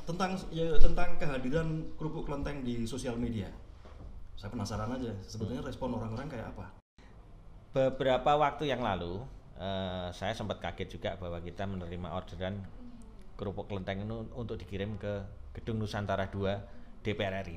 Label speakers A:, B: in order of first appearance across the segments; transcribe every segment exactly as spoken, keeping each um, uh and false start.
A: tentang ya, tentang kehadiran kerupuk kelenteng di sosial media. Saya penasaran aja, sebetulnya respon orang-orang kayak apa?
B: Beberapa waktu yang lalu, uh, saya sempat kaget juga bahwa kita menerima orderan kerupuk kelenteng itu untuk dikirim ke Gedung Nusantara dua D P R R I.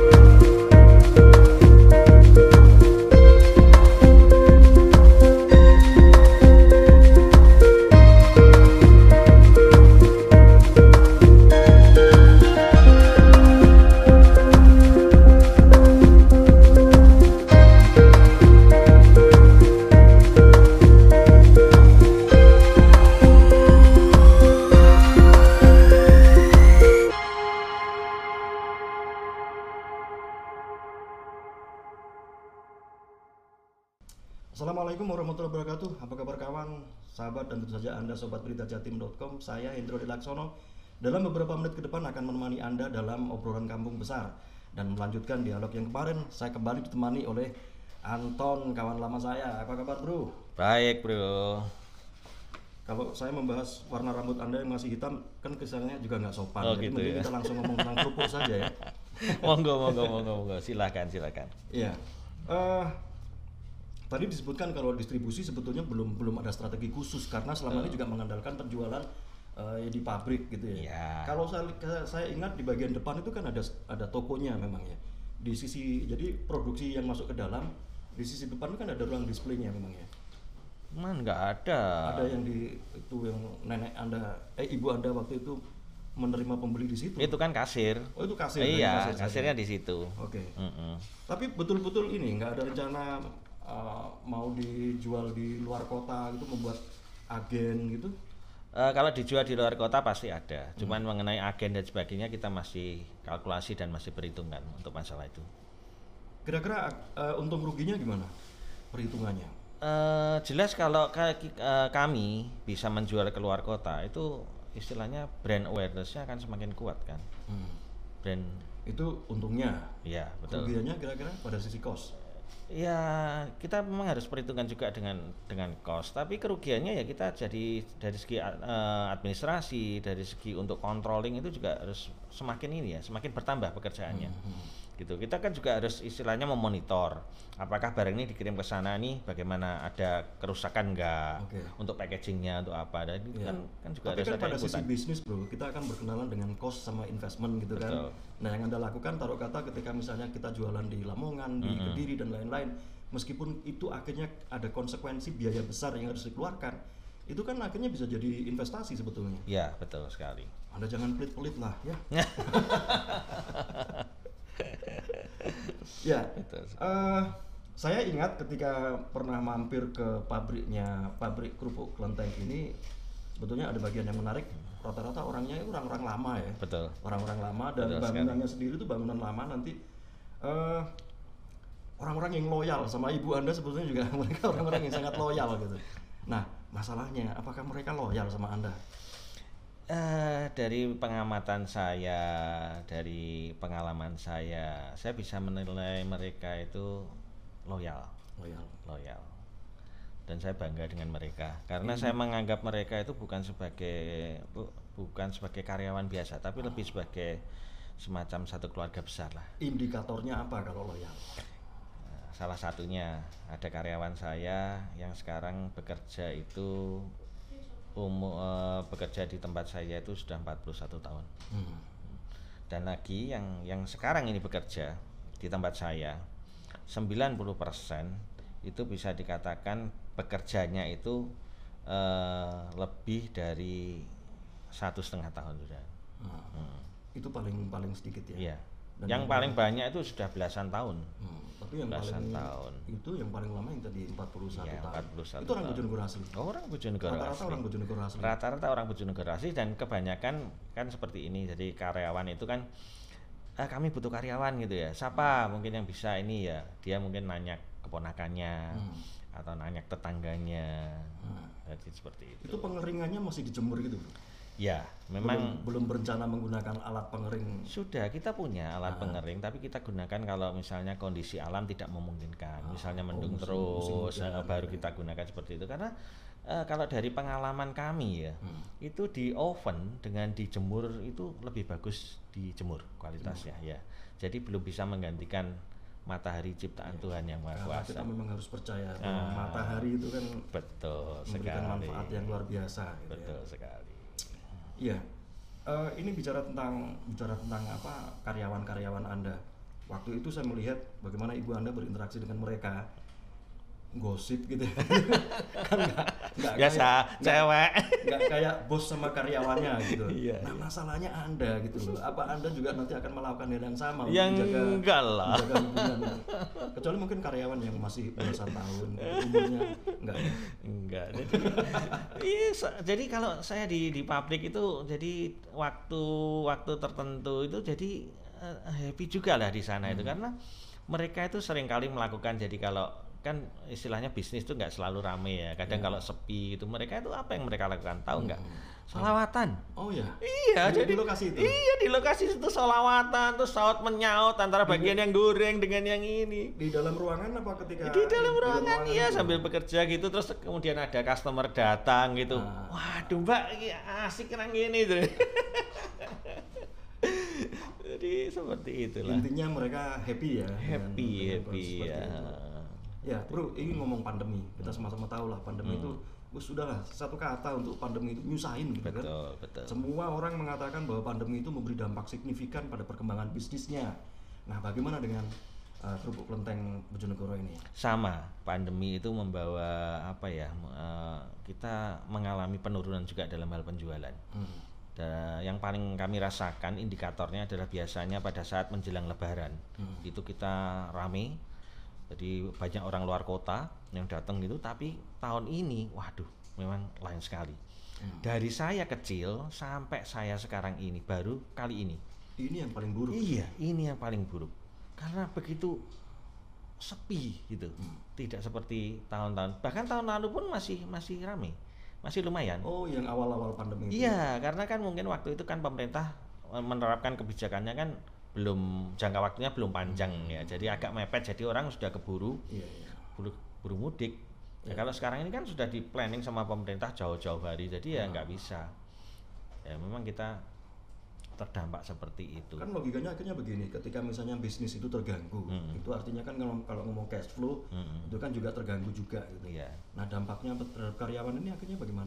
A: Assalamualaikum warahmatullahi wabarakatuh. Apa kabar kawan, sahabat dan tentu saja Anda sobat berita jatim dot com. Saya Hendro Dilaksono. Dalam beberapa menit ke depan akan menemani Anda dalam obrolan kampung besar dan melanjutkan dialog yang kemarin. Saya kembali ditemani oleh Anton, kawan lama saya. Apa kabar, Bro?
B: Baik, Bro.
A: Kalau saya membahas warna rambut Anda yang masih hitam, kan kesannya juga nggak sopan.
B: Oh,
A: Jadi
B: gitu
A: mending
B: ya?
A: kita langsung ngomong tentang kerupuk saja ya.
B: Monggo, monggo, monggo, monggo. Silakan, silakan.
A: Iya. Eh, Tadi disebutkan kalau distribusi sebetulnya belum belum ada strategi khusus karena selama ini juga mengandalkan penjualan uh, di pabrik gitu ya.
B: Ya.
A: Kalau saya saya ingat di bagian depan itu kan ada ada tokonya memang ya. Di sisi jadi produksi yang masuk ke dalam, di sisi depan kan ada ruang displaynya memang ya.
B: Man, nggak ada.
A: Ada yang di itu yang nenek Anda eh ibu Anda waktu itu menerima pembeli di situ.
B: Itu kan kasir.
A: Oh, itu kasir.
B: Iya,
A: kasir
B: kasirnya
A: saja.
B: di situ.
A: Oke.
B: Mm-mm.
A: Tapi betul-betul ini nggak ada rencana uh, mau dijual di luar kota gitu, membuat agen gitu?
B: Uh, kalau dijual di luar kota pasti ada. Cuman hmm. mengenai agen dan sebagainya kita masih kalkulasi dan masih perhitungan untuk masalah itu.
A: Kira-kira uh, untung ruginya gimana perhitungannya?
B: Uh, jelas kalau uh, kami bisa menjual ke luar kota itu istilahnya brand awareness-nya akan semakin kuat kan.
A: Hmm.
B: Brand
A: itu untungnya.
B: Iya, betul.
A: Kerugiannya kira-kira pada sisi cost.
B: Ya, kita memang harus perhitungkan juga dengan dengan cost, tapi kerugiannya ya kita jadi dari segi uh, administrasi, dari segi untuk controlling itu juga harus semakin ini ya, semakin bertambah pekerjaannya. Hmm, hmm. Gitu. Kita kan juga harus istilahnya memonitor apakah barang ini dikirim ke sana nih bagaimana, ada kerusakan enggak, okay. Untuk packagingnya, untuk apa, dan itu yeah. kan kan juga
A: tapi
B: harus
A: kan
B: ada
A: pada
B: inputan.
A: Sisi bisnis, Bro, kita akan berkenalan dengan cost sama investment gitu. Betul. Kan. Nah, yang Anda lakukan taruh kata ketika misalnya kita jualan di Lamongan, di mm-hmm. Kediri dan lain-lain, meskipun itu akhirnya ada konsekuensi biaya besar yang harus dikeluarkan, itu kan akhirnya bisa jadi investasi sebetulnya.
B: Ya, betul sekali.
A: Anda jangan pelit-pelit lah ya. Ya, uh, saya ingat ketika pernah mampir ke pabriknya, pabrik kerupuk kelenteng ini, sebetulnya ada bagian yang menarik. Rata-rata orangnya orang-orang lama ya.
B: Betul.
A: Orang-orang lama dan Betul bangunannya sekali. Sendiri itu bangunan lama nanti. Uh, orang-orang yang loyal sama ibu Anda sebetulnya juga mereka orang-orang yang sangat loyal gitu. Nah, masalahnya apakah mereka loyal sama Anda?
B: Uh, dari pengamatan saya, dari pengalaman saya, saya bisa menilai mereka itu loyal,
A: loyal,
B: loyal. Dan saya bangga dengan mereka karena hmm. saya menganggap mereka itu bukan sebagai bu, bukan sebagai karyawan biasa, tapi oh. lebih sebagai semacam satu keluarga besar lah.
A: Indikatornya apa kalau loyal?
B: Uh, salah satunya ada karyawan saya yang sekarang bekerja itu umur uh, bekerja di tempat saya itu sudah empat puluh satu tahun. Hmm. Dan lagi yang yang sekarang ini bekerja di tempat saya sembilan puluh persen itu bisa dikatakan bekerjanya itu uh, lebih dari satu setengah tahun sudah.
A: Hmm. Hmm. Itu paling paling sedikit ya.
B: Iya. Dan yang paling banyak itu sudah belasan tahun.
A: Hmm. Tapi yang
B: belasan
A: paling
B: tahun.
A: Itu yang paling lama yang tadi empat puluh satu
B: ya,
A: tahun.
B: empat puluh satu
A: itu orang Bojonegoro asli.
B: Oh, orang Bojonegoro asli.
A: Rata-rata orang Bojonegoro asli.
B: Rata-rata orang Bojonegoro asli dan kebanyakan kan seperti ini. Jadi karyawan itu kan ah, kami butuh karyawan gitu ya. Siapa mungkin yang bisa ini ya? Dia mungkin nanya keponakannya hmm. atau nanya tetangganya. Hmm. Jadi seperti itu.
A: Itu pengeringannya masih dijemur gitu, Bro?
B: Ya, memang
A: belum, belum berencana menggunakan alat pengering.
B: Sudah, kita punya alat
A: Ah.
B: pengering, tapi kita gunakan kalau misalnya kondisi alam tidak memungkinkan,
A: Ah.
B: misalnya
A: Oh,
B: mendung
A: musim-
B: terus,
A: musim hujan.
B: eh, baru kita gunakan seperti itu. Karena eh, kalau dari pengalaman kami ya,
A: Hmm.
B: itu di oven dengan dijemur itu lebih bagus dijemur kualitasnya ya. Jadi belum bisa menggantikan matahari ciptaan Tuhan yang Maha
A: Karena
B: Kuasa.
A: kita memang harus percaya bahwa
B: Ah.
A: matahari itu kan
B: Betul
A: memberikan
B: sekali.
A: manfaat yang luar biasa. Gitu
B: Betul
A: ya.
B: sekali.
A: Iya. Eh, ini bicara tentang bicara tentang apa karyawan-karyawan Anda. Waktu itu saya melihat bagaimana ibu Anda berinteraksi dengan mereka, gosip gitu. Kan nggak nggak
B: Biasa
A: kayak- nggak-
B: cewek.
A: nggak kayak bos sama karyawannya gitu.
B: Iya,
A: Nah
B: iya.
A: masalahnya Anda gitu loh. Apa Anda juga nanti akan melakukan hal yang sama
B: Yang
A: untuk menjaga,
B: enggak lah.
A: menjaga hubungan? Kecuali mungkin karyawan yang masih belasan tahun umurnya enggak. Ya?
B: Enggak. Jadi iya, sa- jadi kalau saya di di pabrik itu jadi waktu waktu tertentu itu jadi eh, happy juga lah di sana itu karena mereka itu seringkali melakukan, jadi kalau kan istilahnya bisnis itu nggak selalu rame ya. Kadang kalau sepi itu mereka itu apa yang mereka lakukan tahu nggak? Sholawatan.
A: Oh ya.
B: Iya,
A: Di-
B: jadi
A: di lokasi itu?
B: Iya, di lokasi itu sholawatan, terus saut menyaut antara bagian yang goreng dengan yang ini.
A: Di dalam ruangan apa ketika
B: Di dalam ruangan iya
A: itu?
B: sambil bekerja gitu, terus kemudian ada customer datang gitu.
A: Ah.
B: Waduh mbak, ini asik nang gini tuh. Jadi seperti itulah.
A: Intinya mereka happy ya. dengan-
B: Happy,
A: dengan
B: happy
A: kondisi seperti
B: ya.
A: itu. Ya bro, ini ngomong pandemi, kita sama-sama tahu lah pandemi itu, oh, sudahlah satu kata untuk pandemi itu nyusahin gitu kan.
B: Betul, betul.
A: Semua orang mengatakan bahwa pandemi itu memberi dampak signifikan pada perkembangan bisnisnya. Nah, bagaimana dengan uh, Kerupuk Kelenteng Bojonegoro ini?
B: Sama, pandemi itu membawa apa ya? eh, kita mengalami penurunan juga dalam hal penjualan.
A: Hmm.
B: Dan yang paling kami rasakan indikatornya adalah biasanya pada saat menjelang Lebaran.
A: Hmm.
B: Itu kita rame. Jadi banyak orang luar kota yang datang gitu, tapi tahun ini waduh memang lain sekali.
A: Hmm.
B: Dari saya kecil sampai saya sekarang ini baru kali ini.
A: Ini yang paling buruk.
B: Iya, ini yang paling buruk. Karena begitu sepi gitu.
A: Hmm.
B: Tidak seperti tahun-tahun. Bahkan tahun lalu pun masih masih ramai. Masih lumayan.
A: Oh, yang awal-awal pandemi itu.
B: Iya, karena kan mungkin waktu itu kan pemerintah menerapkan kebijakannya kan belum, jangka waktunya belum panjang ya, jadi agak mepet, jadi orang sudah keburu
A: Iya, iya.
B: buru, buru mudik. Ya,
A: Ya.
B: kalau sekarang ini kan sudah di planning sama pemerintah jauh-jauh hari, jadi ya
A: Hmm.
B: nggak bisa. Ya memang kita terdampak seperti itu.
A: Kan logikanya akhirnya begini, ketika misalnya bisnis itu terganggu,
B: Hmm.
A: itu artinya kan kalau, kalau ngomong cash flow,
B: Hmm.
A: itu kan juga terganggu juga gitu.
B: Iya.
A: Nah, dampaknya terhadap karyawan ini akhirnya bagaimana?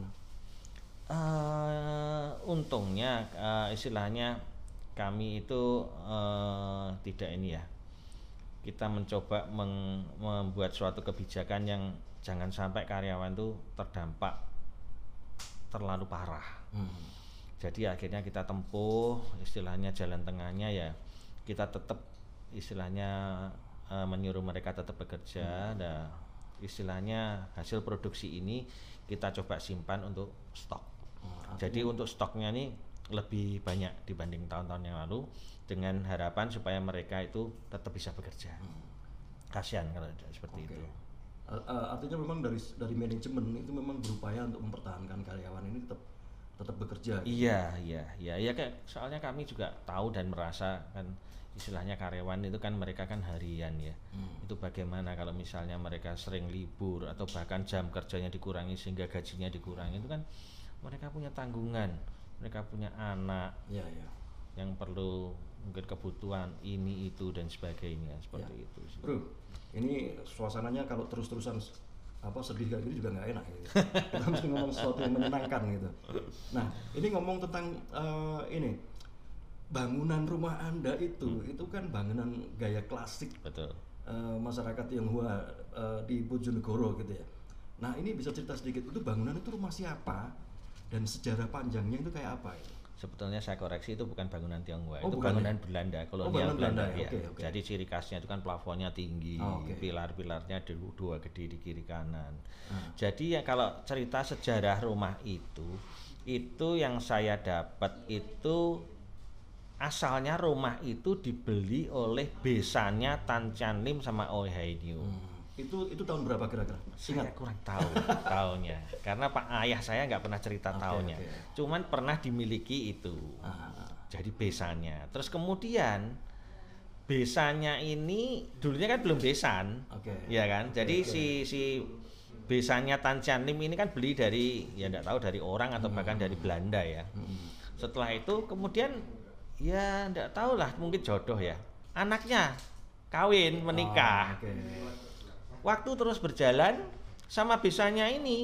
B: Eh, untungnya eh, istilahnya kami itu eh, tidak ini ya, kita mencoba meng- membuat suatu kebijakan yang jangan sampai karyawan itu terdampak terlalu parah.
A: Hmm.
B: Jadi akhirnya kita tempuh istilahnya jalan tengahnya ya, kita tetap istilahnya eh, menyuruh mereka tetap bekerja. Nah, istilahnya hasil produksi ini kita coba simpan untuk stok.
A: Oh,
B: Jadi
A: artinya-
B: untuk stoknya ini lebih banyak dibanding tahun-tahun yang lalu, dengan harapan supaya mereka itu tetap bisa bekerja. Kasihan kalau tidak seperti
A: Oke.
B: itu.
A: Uh, uh, artinya memang dari dari manajemen itu memang berupaya untuk mempertahankan karyawan ini tetap tetap bekerja. gitu.
B: Iya, iya, iya, iya, kayak soalnya kami juga tahu dan merasa kan istilahnya karyawan itu kan mereka kan harian ya.
A: Hmm.
B: Itu bagaimana kalau misalnya mereka sering libur atau bahkan jam kerjanya dikurangi sehingga gajinya dikurangi, itu kan mereka punya tanggungan, mereka punya anak
A: Iya, iya.
B: yang perlu mungkin kebutuhan ini itu dan sebagainya seperti
A: Ya.
B: itu sih.
A: Bro, ini suasananya kalau terus-terusan s- apa sedih kayak gini juga nggak enak gitu. Kita mesti ngomong sesuatu yang menyenangkan gitu. Nah, ini ngomong tentang eh, ini bangunan rumah Anda itu, itu kan bangunan gaya klasik
B: Betul.
A: eh, masyarakat Tionghoa eh, di Bojonegoro gitu ya. Nah, ini bisa cerita sedikit, itu bangunan itu rumah siapa dan sejarah panjangnya itu kayak apa itu?
B: Sebetulnya saya koreksi, itu bukan bangunan Tionghoa,
A: Oh,
B: itu
A: bukan
B: bangunan
A: ya?
B: Belanda,
A: Oh,
B: kolonial
A: bangunan
B: Belanda,
A: Belanda ya,
B: ya.
A: oke, oke.
B: Jadi ciri khasnya itu kan plafonnya tinggi,
A: Oh, oke.
B: pilar-pilarnya ada dua gede di kiri kanan.
A: Hmm.
B: Jadi ya kalau cerita sejarah rumah itu, itu yang saya dapat itu asalnya rumah itu dibeli oleh besannya Tan Tian Lim sama Oh Hai Niu.
A: Hmm. Itu itu tahun berapa kira-kira?
B: Saya
A: Ingat?
B: kurang tahu tahunnya, karena pak ayah saya nggak pernah cerita
A: Oke,
B: tahunnya,
A: oke.
B: cuman pernah dimiliki itu.
A: Ah,
B: Jadi besannya. Terus kemudian besannya ini dulunya kan belum besan,
A: Oke.
B: ya kan? Jadi
A: Oke.
B: si si besannya Tan Tian Lim ini kan beli dari ya nggak tahu dari orang atau bahkan dari Belanda ya.
A: Hmm.
B: Setelah itu kemudian ya nggak tahu lah, mungkin jodoh ya. Anaknya kawin menikah.
A: Ah, oke.
B: Waktu terus berjalan sama besannya ini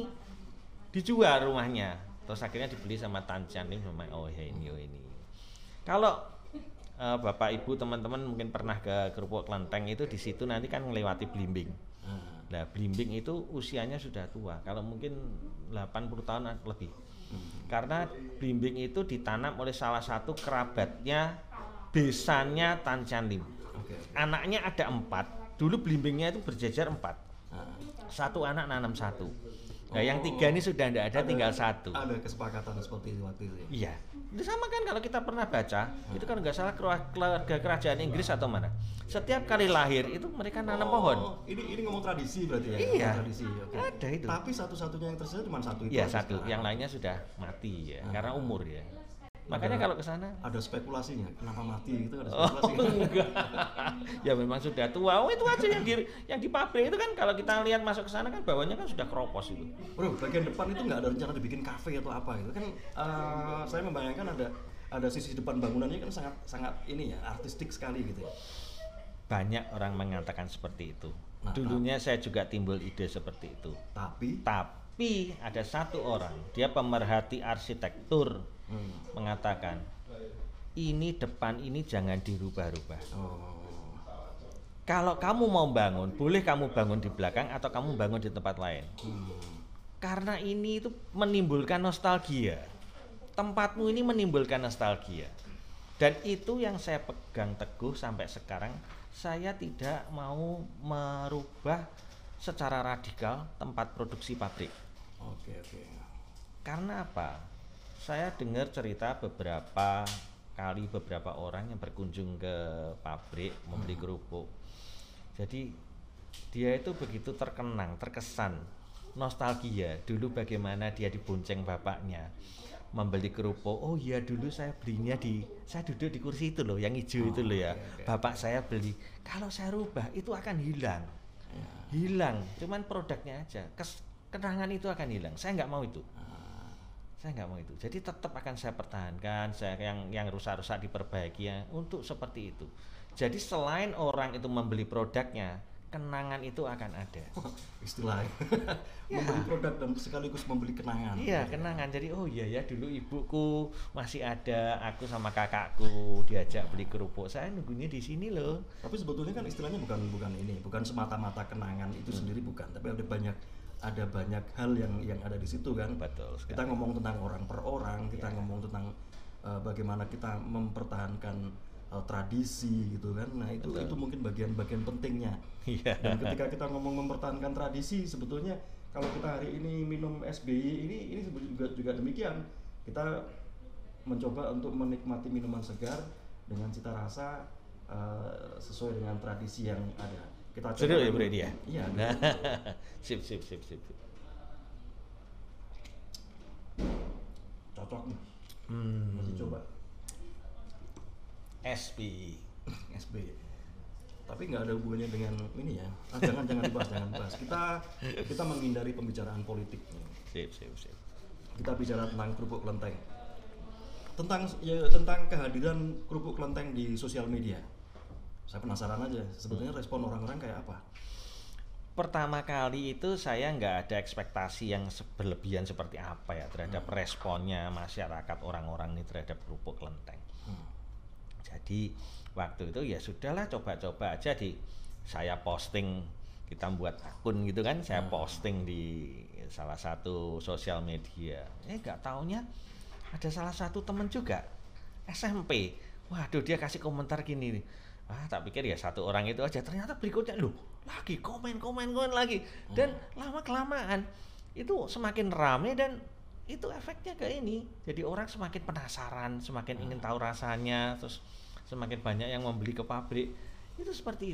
B: dijual rumahnya. Terus akhirnya dibeli sama Tan Tian Lim sama oh ya ini oh ini. Kalau uh, Bapak Ibu teman-teman mungkin pernah ke Kerupuk Klenteng itu di situ nanti kan melewati Blimbing.
A: Ah.
B: Nah, Blimbing itu usianya sudah tua. Kalau mungkin delapan puluh tahun lebih.
A: Hmm.
B: Karena Blimbing itu ditanam oleh salah satu kerabatnya besannya Tan Tian Lim.
A: Oke.
B: Anaknya ada empat. Dulu Blimbingnya itu berjejer empat.
A: Ah.
B: Satu anak nanam satu. Nah, yang
A: Oh,
B: tiga ini sudah tidak ada, tinggal satu.
A: Ada kesepakatan seperti itu waktu itu ya?
B: Iya. Itu sama kan kalau kita pernah baca, itu kan nggak salah keluarga kerajaan Inggris atau mana. Setiap kali lahir itu mereka nanam pohon.
A: Oh, ini ini ngomong tradisi berarti ya?
B: Iya.
A: Ngomong tradisi. Oke.
B: Ada itu.
A: Tapi satu-satunya yang tersisa cuma satu itu.
B: Iya,
A: aja
B: satu.
A: sekarang.
B: Yang lainnya sudah mati ya,
A: Ah.
B: karena umur ya. Makanya
A: Ada-
B: kalau ke sana
A: Ada spekulasinya, kenapa mati gitu ada
B: oh,
A: spekulasi.
B: enggak. Ya memang sudah tua. Oh, itu aja yang di yang di pabrik itu kan kalau kita lihat masuk ke sana kan bawahnya kan sudah keropos itu.
A: Bro, bagian depan itu nggak ada rencana dibikin kafe atau apa gitu kan? eh, saya membayangkan ada ada sisi depan bangunannya kan sangat sangat ini ya artistik sekali gitu ya.
B: Banyak orang mengatakan seperti itu.
A: Nah,
B: Dulunya saya juga timbul ide seperti itu.
A: Tapi
B: Tapi ada satu orang, dia pemerhati arsitektur,
A: hmm,
B: mengatakan ini depan ini jangan dirubah-rubah.
A: oh,
B: Kalau kamu mau bangun, boleh kamu bangun di belakang atau kamu bangun di tempat lain.
A: hmm,
B: Karena ini itu menimbulkan nostalgia. Tempatmu ini menimbulkan nostalgia. Dan itu yang saya pegang teguh sampai sekarang. Saya tidak mau merubah secara radikal tempat produksi pabrik.
A: oke oke.
B: Karena apa? Saya dengar cerita beberapa kali beberapa orang yang berkunjung ke pabrik membeli kerupuk. Jadi dia itu begitu terkenang, terkesan, nostalgia. Dulu bagaimana dia dibonceng bapaknya membeli kerupuk. Oh iya, dulu saya belinya di, saya duduk di kursi itu loh, yang hijau
A: Oh,
B: itu loh ya.
A: oke, oke.
B: Bapak saya beli. Kalau saya rubah itu akan hilang.
A: Ya.
B: Hilang, cuman produknya aja. Kes, kenangan itu akan hilang. Saya nggak mau itu.
A: Ah,
B: Saya nggak mau itu. Jadi tetap akan saya pertahankan. Saya yang yang rusak-rusak diperbaiki ya untuk seperti itu. Jadi selain orang itu membeli produknya, kenangan itu akan ada.
A: istilahnya
B: Ya.
A: membeli produk dan sekaligus membeli kenangan.
B: Iya, kenangan. Jadi oh iya ya, dulu ibuku masih ada, aku sama kakakku diajak beli kerupuk. Saya nunggunya di sini loh.
A: Tapi sebetulnya kan istilahnya bukan bukan ini, bukan semata-mata kenangan itu sendiri bukan, tapi ada banyak ada banyak hal yang yang ada di situ kan.
B: Betul sekali.
A: Kita ngomong tentang orang per orang, kita ngomong tentang uh, bagaimana kita mempertahankan uh, tradisi gitu kan. Nah, itu
B: Betul.
A: itu mungkin bagian-bagian pentingnya.
B: Iya.
A: Dan ketika kita ngomong mempertahankan tradisi, sebetulnya kalau kita hari ini minum S B Y ini ini sebetulnya juga juga demikian. Kita mencoba untuk menikmati minuman segar dengan cita rasa uh, sesuai dengan tradisi yang ada. Kita coba
B: Seru ya
A: dulu.
B: Bro dia.
A: Iya.
B: Nah, sip sip sip sip.
A: Cocok nih.
B: Hmm.
A: Mesti coba
B: S P I.
A: S B Y. Tapi nggak ada hubungannya dengan ini ya. Ah, jangan jangan dibahas, jangan dibahas. Kita kita menghindari pembicaraan politik.
B: Sip sip sip.
A: Kita bicara tentang kerupuk kelenteng. Tentang ya, tentang kehadiran kerupuk kelenteng di sosial media. Saya penasaran aja, sebetulnya respon orang-orang kayak apa?
B: Pertama kali itu saya nggak ada ekspektasi yang se- berlebihan seperti apa ya terhadap responnya masyarakat orang-orang ini terhadap kerupuk kelenteng.
A: Hmm.
B: Jadi waktu itu ya sudahlah, coba-coba aja di saya posting, kita buat akun gitu kan, saya
A: Hmm.
B: posting di salah satu sosial media. Eh nggak taunya ada salah satu temen juga S M P. Waduh, dia kasih komentar gini nih. Ah, tak pikir ya satu orang itu aja. Ternyata berikutnya loh, lagi komen komen komen lagi. Dan lama kelamaan itu semakin rame dan itu efeknya ke ini. Jadi orang semakin penasaran, semakin ingin tahu rasanya, terus semakin banyak yang membeli ke pabrik. Itu seperti itu.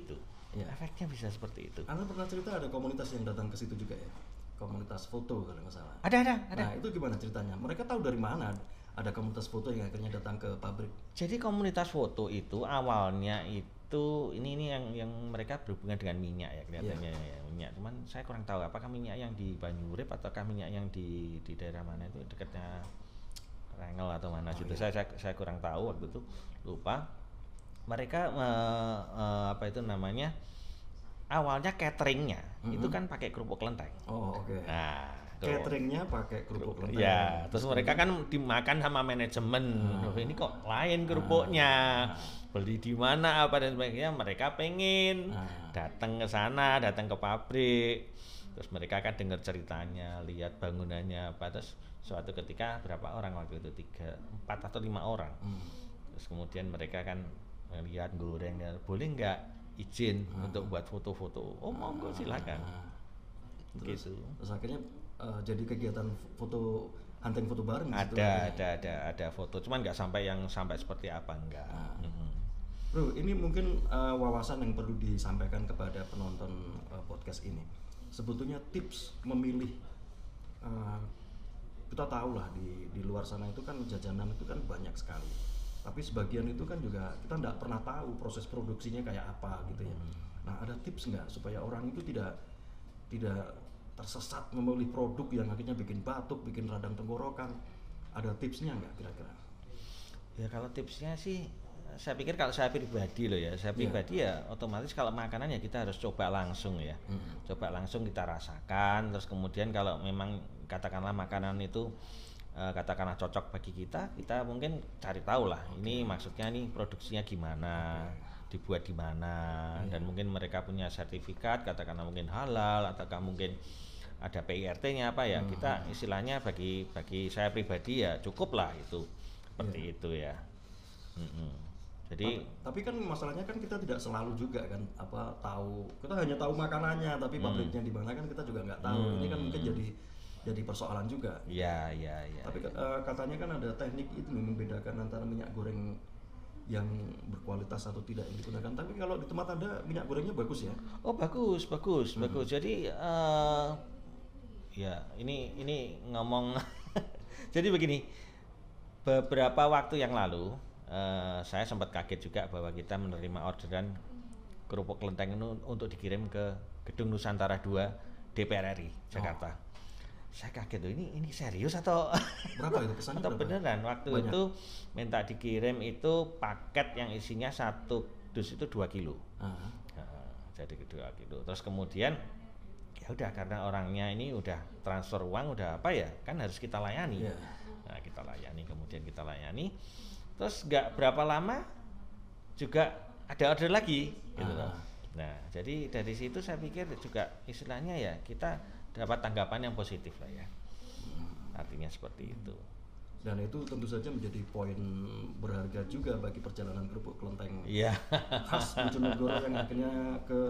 A: Ya.
B: Efeknya bisa seperti itu.
A: Anda pernah cerita ada komunitas yang datang ke situ juga ya? Komunitas foto kalau nggak salah.
B: Ada, ada, ada.
A: Nah, itu gimana ceritanya? Mereka tahu dari mana ada komunitas foto yang akhirnya datang ke pabrik?
B: Jadi komunitas foto itu awalnya itu ini ini yang yang mereka berhubungan dengan minyak ya kelihatannya yeah. ya, minyak. Cuman saya kurang tahu apakah minyak yang di Banyurip ataukah minyak yang di di daerah mana itu dekatnya Rengel atau mana oh, gitu. Iya. Saya, saya saya kurang tahu waktu itu, lupa. Mereka uh, uh, apa itu namanya? Awalnya cateringnya mm-hmm. itu kan pakai kerupuk kelenteng.
A: Oh, oke. Okay.
B: Nah,
A: cateringnya pakai kerupuk kelenteng.
B: Ya, terus mereka kan dimakan sama manajemen. Hmm. Ini kok lain kerupuknya. Hmm. Beli di mana apa dan sebagainya. Mereka pengen hmm. datang ke sana, datang ke pabrik. Terus mereka kan dengar ceritanya, lihat bangunannya apa. Terus suatu ketika berapa orang waktu itu tiga, empat atau lima orang. Hmm. Terus kemudian mereka kan melihat goreng, boleh nggak izin hmm. untuk buat foto-foto? Oh monggo silakan. Hmm.
A: Terus,
B: gitu.
A: Terus akhirnya uh, jadi kegiatan foto hunting foto bareng.
B: Ada, gitu, ada, ada, ada foto. Cuman nggak sampai yang sampai seperti apa enggak. Nah. Mm-hmm.
A: Bro, ini mungkin uh, wawasan yang perlu disampaikan kepada penonton uh, podcast ini. Sebetulnya tips memilih, uh, kita tahu lah di di luar sana itu kan jajanan itu kan banyak sekali. Tapi sebagian itu kan juga kita nggak pernah tahu proses produksinya kayak apa gitu ya. Nah, ada tips nggak supaya orang itu tidak tidak tersesat memilih produk yang akhirnya bikin batuk, bikin radang tenggorokan? Ada tipsnya nggak kira-kira?
B: Ya kalau tipsnya sih, saya pikir kalau saya pribadi loh ya, saya pribadi yeah. ya otomatis kalau makanan ya kita harus coba langsung ya, hmm. coba langsung kita rasakan. Terus kemudian kalau memang katakanlah makanan itu uh, katakanlah cocok bagi kita, kita mungkin cari tahu lah okay. ini maksudnya nih produksinya gimana. Okay. Dibuat di mana yeah. dan mungkin mereka punya sertifikat katakanlah mungkin halal ataukah mungkin ada P I R T-nya apa ya hmm. kita istilahnya bagi bagi saya pribadi ya cukup lah itu seperti yeah. itu ya. Mm-hmm. Jadi
A: tapi kan masalahnya kan kita tidak selalu juga kan apa tahu, kita hanya tahu makanannya tapi pabriknya hmm. di mana kan kita juga nggak tahu. Hmm. Ini kan mungkin jadi jadi persoalan juga.
B: Iya iya iya.
A: Tapi
B: ya.
A: Uh, katanya kan ada teknik itu membedakan antara minyak goreng yang berkualitas atau tidak yang digunakan. Tapi kalau di tempat Anda minyak gorengnya bagus ya?
B: Oh bagus, bagus, hmm. bagus. Jadi uh, ya ini ini ngomong jadi begini, beberapa waktu yang lalu uh, saya sempat kaget juga bahwa kita menerima orderan kerupuk kelenteng itu untuk dikirim ke Gedung Nusantara dua D P R R I Jakarta. Oh. Saya kaget tuh, ini ini serius atau
A: berapa itu pesannya?
B: Atau
A: berapa?
B: beneran waktu Banyak. Itu minta dikirim itu paket yang isinya satu dus itu dua kilo. Uh-huh. Nah, jadi dua kilo. Terus kemudian ya udah karena orangnya ini udah transfer uang udah apa ya kan harus kita layani. Yeah. Nah kita layani kemudian kita layani. Terus nggak berapa lama juga ada order lagi. Gitu uh-huh. Nah jadi dari situ saya pikir juga istilahnya ya kita dapat tanggapan yang positif lah ya, artinya seperti itu.
A: Dan itu tentu saja menjadi poin berharga juga bagi perjalanan kerupuk kelenteng
B: yeah.
A: khas Bojonegoro yang akhirnya ke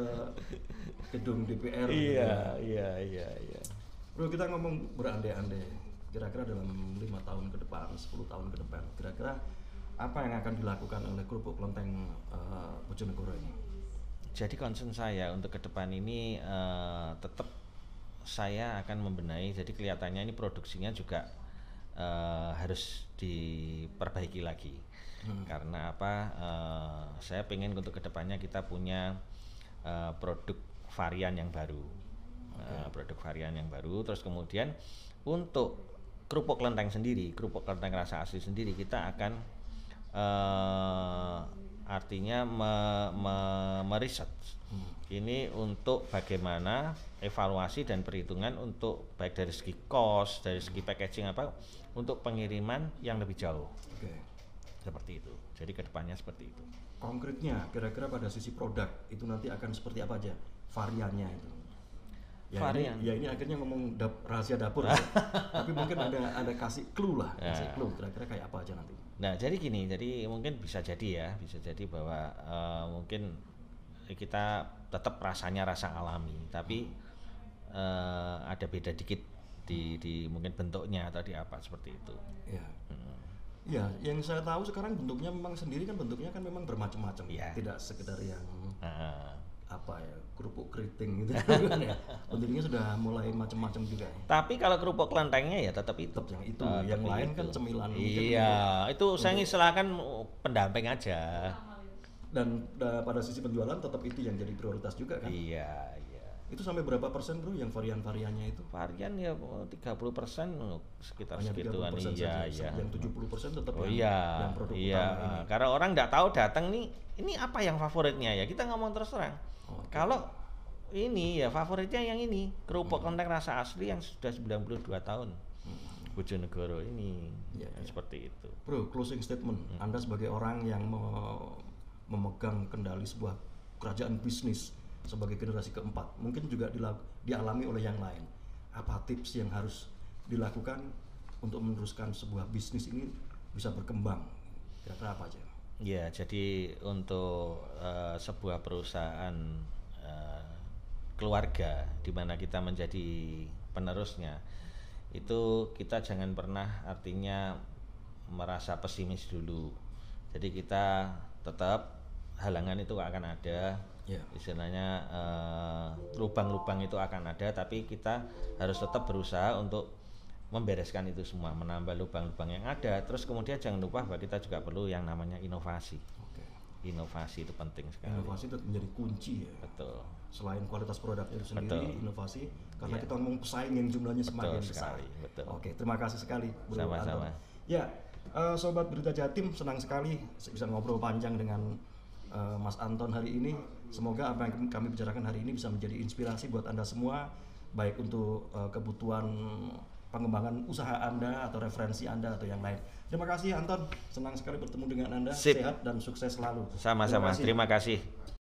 A: gedung D P R.
B: Iya iya iya iya.
A: Bro, kita ngomong berandai-andai, kira-kira dalam lima tahun ke depan, sepuluh tahun ke depan, kira-kira apa yang akan dilakukan oleh kerupuk kelenteng uh, Bojonegoro ini?
B: Jadi concern saya untuk ke depan ini uh, tetap saya akan membenahi, jadi kelihatannya ini produksinya juga uh, harus diperbaiki lagi. Hmm. Karena apa? Uh, saya pengen untuk kedepannya kita punya uh, produk varian yang baru, okay. uh, produk varian yang baru. Terus kemudian untuk kerupuk kelenteng sendiri, kerupuk kelenteng rasa asli sendiri kita akan uh, artinya me, me, meriset. Hmm. Ini untuk bagaimana evaluasi dan perhitungan untuk baik dari segi cost, dari segi packaging apa, untuk pengiriman yang lebih jauh. Oke. Seperti itu. Jadi kedepannya seperti itu.
A: Konkretnya, kira-kira pada sisi produk itu nanti akan seperti apa aja variannya itu? Ya Varian. Ini, ya ini akhirnya ngomong dap, rahasia dapur, ya. Tapi mungkin ada ada kasih clue lah, kasih nah. clue. Kira-kira kayak apa aja nanti?
B: Nah, jadi gini, jadi mungkin bisa jadi ya, bisa jadi bahwa uh, mungkin kita tetap rasanya rasa alami, tapi uh, ada beda dikit di, di mungkin bentuknya atau di apa seperti itu.
A: Ya. Hmm. Ya, yang saya tahu sekarang bentuknya memang sendiri kan bentuknya kan memang bermacam-macam, ya. Tidak sekedar yang uh. apa ya, kerupuk keriting gitu kan ya. Bentuknya sudah mulai macam-macam juga.
B: Tapi kalau kerupuk kelentengnya ya tetap itu.
A: Tetap yang itu,
B: Tetap
A: yang lain
B: itu.
A: kan cemilan.
B: Iya, itu saya ngistilahkan pendamping aja.
A: Dan uh, pada sisi penjualan tetap itu yang jadi prioritas juga kan.
B: Iya, iya.
A: Itu sampai berapa persen bro yang varian-variannya itu?
B: Varian ya tiga puluh persen sekitar
A: Hanya
B: segituan. Iya, iya.
A: Yang tujuh puluh persen tetap
B: Oh
A: yang,
B: iya,
A: yang produk
B: iya.
A: utama ini.
B: Karena orang nggak tahu datang nih, ini apa yang favoritnya ya? Kita ngomong terus terang.
A: Oh,
B: kalau ini ya favoritnya yang ini, kerupuk hmm. kelenteng rasa asli yang sudah sembilan puluh dua tahun. Hmm. Bojonegoro ini. Ya, ya. Seperti itu.
A: Bro, closing statement. Hmm. Anda sebagai orang yang me- memegang kendali sebuah kerajaan bisnis sebagai generasi keempat, mungkin juga dilaku, dialami oleh yang lain. Apa tips yang harus dilakukan untuk meneruskan sebuah bisnis ini bisa berkembang? Kira-kira apa aja?
B: Ya, jadi untuk uh, sebuah perusahaan uh, keluarga di mana kita menjadi penerusnya, itu kita jangan pernah artinya merasa pesimis dulu. Jadi kita tetap halangan itu akan ada. Yeah. Istilahnya uh, lubang-lubang itu akan ada, tapi kita harus tetap berusaha untuk membereskan itu semua, menambah lubang-lubang yang ada. Terus kemudian jangan lupa bahwa kita juga perlu yang namanya inovasi. Okay. Inovasi itu penting sekali.
A: Inovasi itu menjadi kunci ya.
B: Betul.
A: Selain kualitas produknya itu sendiri, betul. Inovasi karena yeah. kita ngomong pesaing yang jumlahnya semakin
B: betul
A: besar.
B: Sekali. Betul.
A: Oke, terima kasih sekali Bro
B: Sama-sama.
A: Anton. Ya, uh, Sobat Berita Jatim, senang sekali bisa ngobrol panjang dengan uh, Mas Anton hari ini. Semoga apa yang kami bicarakan hari ini bisa menjadi inspirasi buat Anda semua, baik untuk uh, kebutuhan pengembangan usaha Anda atau referensi Anda atau yang lain. Terima kasih Anton, senang sekali bertemu dengan Anda.
B: Sip.
A: Sehat dan sukses selalu.
B: Sama-sama, terima kasih. Terima kasih.